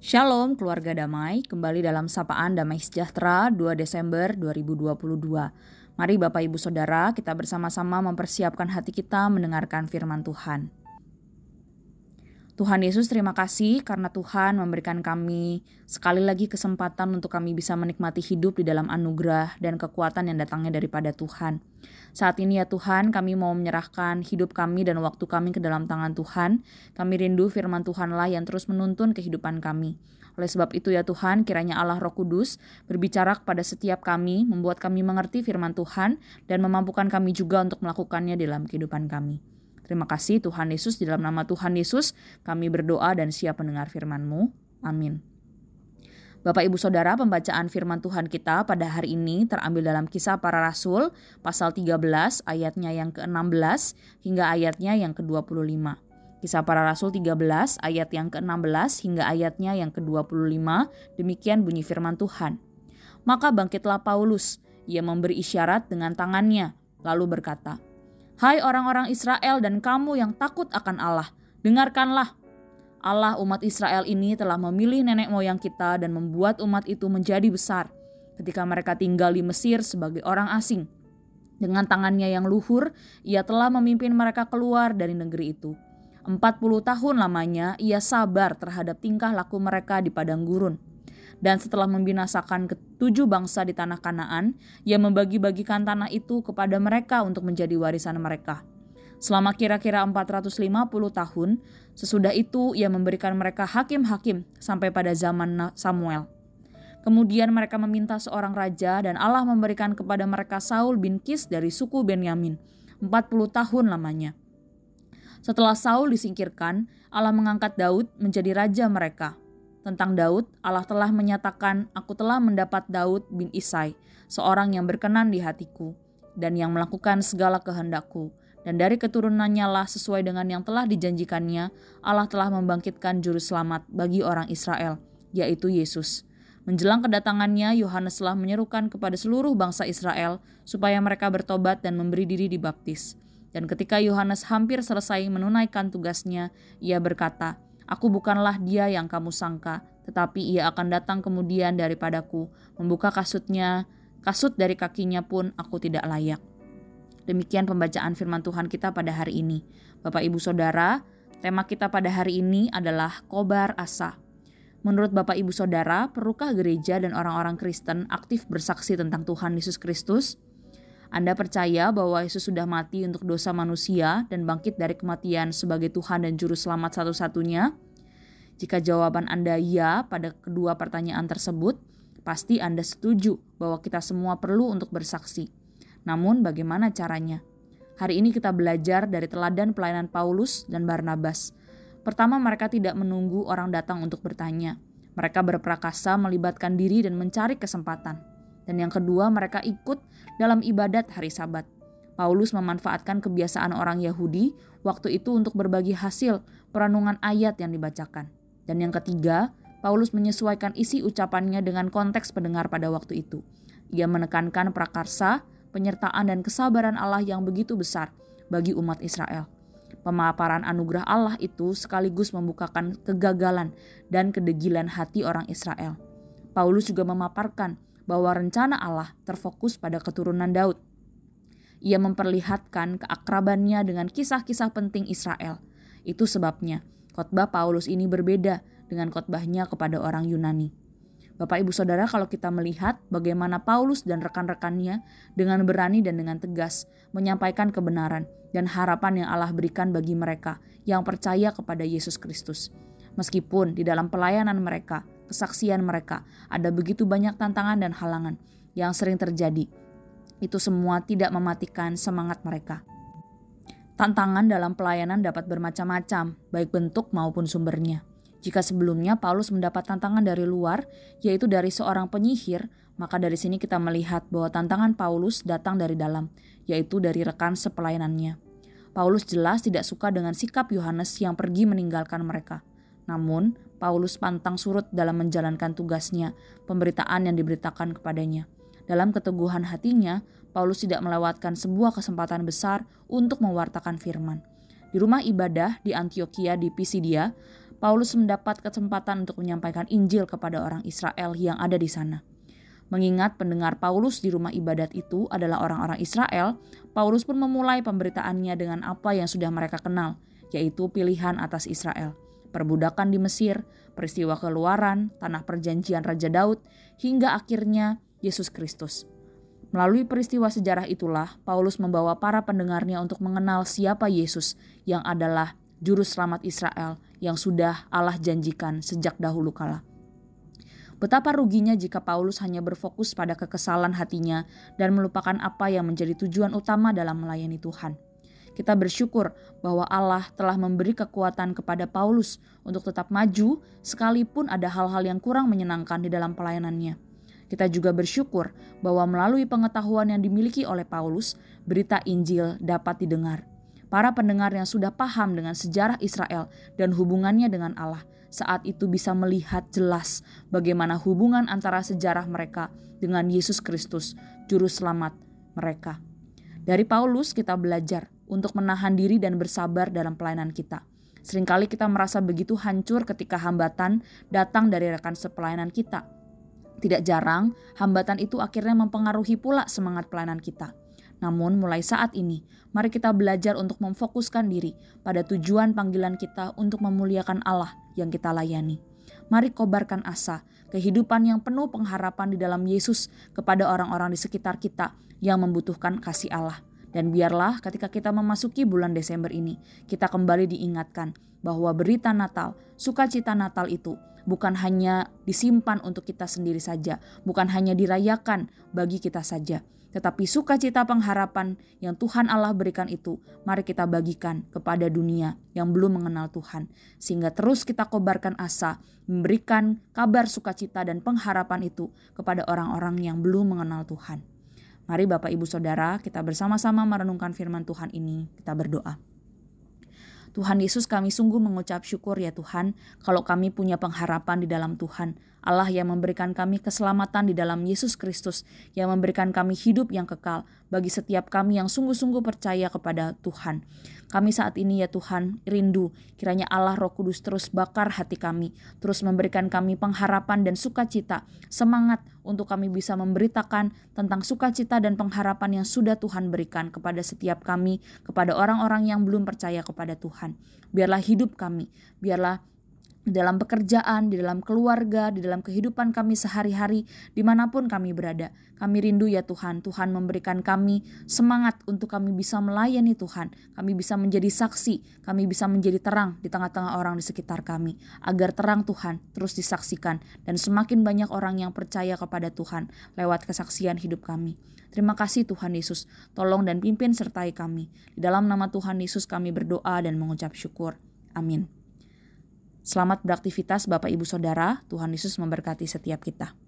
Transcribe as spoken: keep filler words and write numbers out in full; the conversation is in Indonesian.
Shalom keluarga damai, kembali dalam Sapaan Damai Sejahtera dua Desember dua ribu dua puluh dua. Mari Bapak Ibu Saudara, kita bersama-sama mempersiapkan hati kita mendengarkan firman Tuhan. Tuhan Yesus, terima kasih karena Tuhan memberikan kami sekali lagi kesempatan untuk kami bisa menikmati hidup di dalam anugerah dan kekuatan yang datangnya daripada Tuhan. Saat ini ya Tuhan, kami mau menyerahkan hidup kami dan waktu kami ke dalam tangan Tuhan. Kami rindu firman Tuhanlah yang terus menuntun kehidupan kami. Oleh sebab itu ya Tuhan, kiranya Allah Roh Kudus berbicara kepada setiap kami, membuat kami mengerti firman Tuhan dan memampukan kami juga untuk melakukannya dalam kehidupan kami. Terima kasih Tuhan Yesus, di dalam nama Tuhan Yesus kami berdoa dan siap mendengar firman-Mu. Amin. Bapak Ibu Saudara, pembacaan firman Tuhan kita pada hari ini terambil dalam Kisah Para Rasul pasal tiga belas ayatnya yang ke-enam belas hingga ayatnya yang ke-dua puluh lima. Kisah Para Rasul tiga belas ayat yang ke-enam belas hingga ayatnya yang ke-dua puluh lima, demikian bunyi firman Tuhan. Maka bangkitlah Paulus, ia memberi isyarat dengan tangannya, lalu berkata, "Hai orang-orang Israel dan kamu yang takut akan Allah, dengarkanlah. Allah umat Israel ini telah memilih nenek moyang kita dan membuat umat itu menjadi besar ketika mereka tinggal di Mesir sebagai orang asing. Dengan tangannya yang luhur, ia telah memimpin mereka keluar dari negeri itu. Empat puluh tahun lamanya ia sabar terhadap tingkah laku mereka di padang gurun. Dan setelah membinasakan ketujuh bangsa di tanah Kanaan, ia membagi-bagikan tanah itu kepada mereka untuk menjadi warisan mereka. Selama kira-kira empat ratus lima puluh tahun, sesudah itu ia memberikan mereka hakim-hakim sampai pada zaman Samuel. Kemudian mereka meminta seorang raja dan Allah memberikan kepada mereka Saul bin Kis dari suku Benyamin, empat puluh tahun lamanya. Setelah Saul disingkirkan, Allah mengangkat Daud menjadi raja mereka. Tentang Daud, Allah telah menyatakan, "Aku telah mendapat Daud bin Isai, seorang yang berkenan di hatiku, dan yang melakukan segala kehendakku. Dan dari keturunannya lah sesuai dengan yang telah dijanjikannya, Allah telah membangkitkan juru selamat bagi orang Israel, yaitu Yesus." Menjelang kedatangannya, Yohanes telah menyerukan kepada seluruh bangsa Israel supaya mereka bertobat dan memberi diri dibaptis. Dan ketika Yohanes hampir selesai menunaikan tugasnya, ia berkata, "Aku bukanlah dia yang kamu sangka, tetapi ia akan datang kemudian daripadaku, membuka kasutnya, kasut dari kakinya pun aku tidak layak." Demikian pembacaan firman Tuhan kita pada hari ini. Bapak Ibu Saudara, tema kita pada hari ini adalah Kobar Asa. Menurut Bapak Ibu Saudara, perlukah gereja dan orang-orang Kristen aktif bersaksi tentang Tuhan Yesus Kristus? Anda percaya bahwa Yesus sudah mati untuk dosa manusia dan bangkit dari kematian sebagai Tuhan dan Juru Selamat satu-satunya? Jika jawaban Anda ya pada kedua pertanyaan tersebut, pasti Anda setuju bahwa kita semua perlu untuk bersaksi. Namun bagaimana caranya? Hari ini kita belajar dari teladan pelayanan Paulus dan Barnabas. Pertama, mereka tidak menunggu orang datang untuk bertanya. Mereka berprakasa melibatkan diri dan mencari kesempatan. Dan yang kedua, mereka ikut dalam ibadat hari Sabat. Paulus memanfaatkan kebiasaan orang Yahudi waktu itu untuk berbagi hasil perenungan ayat yang dibacakan. Dan yang ketiga, Paulus menyesuaikan isi ucapannya dengan konteks pendengar pada waktu itu. Ia menekankan prakarsa, penyertaan dan kesabaran Allah yang begitu besar bagi umat Israel. Pemaparan anugerah Allah itu sekaligus membukakan kegagalan dan kedegilan hati orang Israel. Paulus juga memaparkan bahwa rencana Allah terfokus pada keturunan Daud. Ia memperlihatkan keakrabannya dengan kisah-kisah penting Israel. Itu sebabnya khotbah Paulus ini berbeda dengan khotbahnya kepada orang Yunani. Bapak Ibu Saudara, kalau kita melihat bagaimana Paulus dan rekan-rekannya dengan berani dan dengan tegas menyampaikan kebenaran dan harapan yang Allah berikan bagi mereka yang percaya kepada Yesus Kristus. Meskipun di dalam pelayanan mereka, kesaksian mereka, ada begitu banyak tantangan dan halangan yang sering terjadi. Itu semua tidak mematikan semangat mereka. Tantangan dalam pelayanan dapat bermacam-macam, baik bentuk maupun sumbernya. Jika sebelumnya Paulus mendapat tantangan dari luar, yaitu dari seorang penyihir, maka dari sini kita melihat bahwa tantangan Paulus datang dari dalam, yaitu dari rekan sepelayanannya. Paulus jelas tidak suka dengan sikap Yohanes yang pergi meninggalkan mereka. Namun, Paulus pantang surut dalam menjalankan tugasnya, pemberitaan yang diberitakan kepadanya. Dalam keteguhan hatinya, Paulus tidak melewatkan sebuah kesempatan besar untuk mewartakan firman. Di rumah ibadah di Antioquia di Pisidia, Paulus mendapat kesempatan untuk menyampaikan Injil kepada orang Israel yang ada di sana. Mengingat pendengar Paulus di rumah ibadat itu adalah orang-orang Israel, Paulus pun memulai pemberitaannya dengan apa yang sudah mereka kenal, yaitu pilihan atas Israel, perbudakan di Mesir, peristiwa keluaran, tanah perjanjian Raja Daud, hingga akhirnya Yesus Kristus. Melalui peristiwa sejarah itulah, Paulus membawa para pendengarnya untuk mengenal siapa Yesus yang adalah Juru Selamat Israel yang sudah Allah janjikan sejak dahulu kala. Betapa ruginya jika Paulus hanya berfokus pada kekesalan hatinya dan melupakan apa yang menjadi tujuan utama dalam melayani Tuhan. Kita bersyukur bahwa Allah telah memberi kekuatan kepada Paulus untuk tetap maju sekalipun ada hal-hal yang kurang menyenangkan di dalam pelayanannya. Kita juga bersyukur bahwa melalui pengetahuan yang dimiliki oleh Paulus, berita Injil dapat didengar. Para pendengar yang sudah paham dengan sejarah Israel dan hubungannya dengan Allah saat itu bisa melihat jelas bagaimana hubungan antara sejarah mereka dengan Yesus Kristus, Juru Selamat mereka. Dari Paulus kita belajar untuk menahan diri dan bersabar dalam pelayanan kita. Seringkali kita merasa begitu hancur ketika hambatan datang dari rekan sepelayanan kita. Tidak jarang, hambatan itu akhirnya mempengaruhi pula semangat pelayanan kita. Namun mulai saat ini, mari kita belajar untuk memfokuskan diri pada tujuan panggilan kita untuk memuliakan Allah yang kita layani. Mari kobarkan asa, kehidupan yang penuh pengharapan di dalam Yesus kepada orang-orang di sekitar kita yang membutuhkan kasih Allah. Dan biarlah ketika kita memasuki bulan Desember ini, kita kembali diingatkan bahwa berita Natal, sukacita Natal itu bukan hanya disimpan untuk kita sendiri saja, bukan hanya dirayakan bagi kita saja, tetapi sukacita pengharapan yang Tuhan Allah berikan itu, mari kita bagikan kepada dunia yang belum mengenal Tuhan. Sehingga terus kita kobarkan asa, memberikan kabar sukacita dan pengharapan itu kepada orang-orang yang belum mengenal Tuhan. Mari Bapak Ibu Saudara, kita bersama-sama merenungkan firman Tuhan ini, kita berdoa. Tuhan Yesus, kami sungguh mengucap syukur ya Tuhan, kalau kami punya pengharapan di dalam Tuhan. Allah yang memberikan kami keselamatan di dalam Yesus Kristus, yang memberikan kami hidup yang kekal bagi setiap kami yang sungguh-sungguh percaya kepada Tuhan. Kami saat ini ya Tuhan rindu kiranya Allah Roh Kudus terus bakar hati kami, terus memberikan kami pengharapan dan sukacita, semangat untuk kami bisa memberitakan tentang sukacita dan pengharapan yang sudah Tuhan berikan kepada setiap kami, kepada orang-orang yang belum percaya kepada Tuhan. Biarlah hidup kami, biarlah di dalam pekerjaan, di dalam keluarga, di dalam kehidupan kami sehari-hari, dimanapun kami berada. Kami rindu ya Tuhan, Tuhan memberikan kami semangat untuk kami bisa melayani Tuhan. Kami bisa menjadi saksi, kami bisa menjadi terang di tengah-tengah orang di sekitar kami. Agar terang Tuhan terus disaksikan dan semakin banyak orang yang percaya kepada Tuhan lewat kesaksian hidup kami. Terima kasih Tuhan Yesus, tolong dan pimpin sertai kami. Di dalam nama Tuhan Yesus kami berdoa dan mengucap syukur. Amin. Selamat beraktivitas Bapak Ibu Saudara, Tuhan Yesus memberkati setiap kita.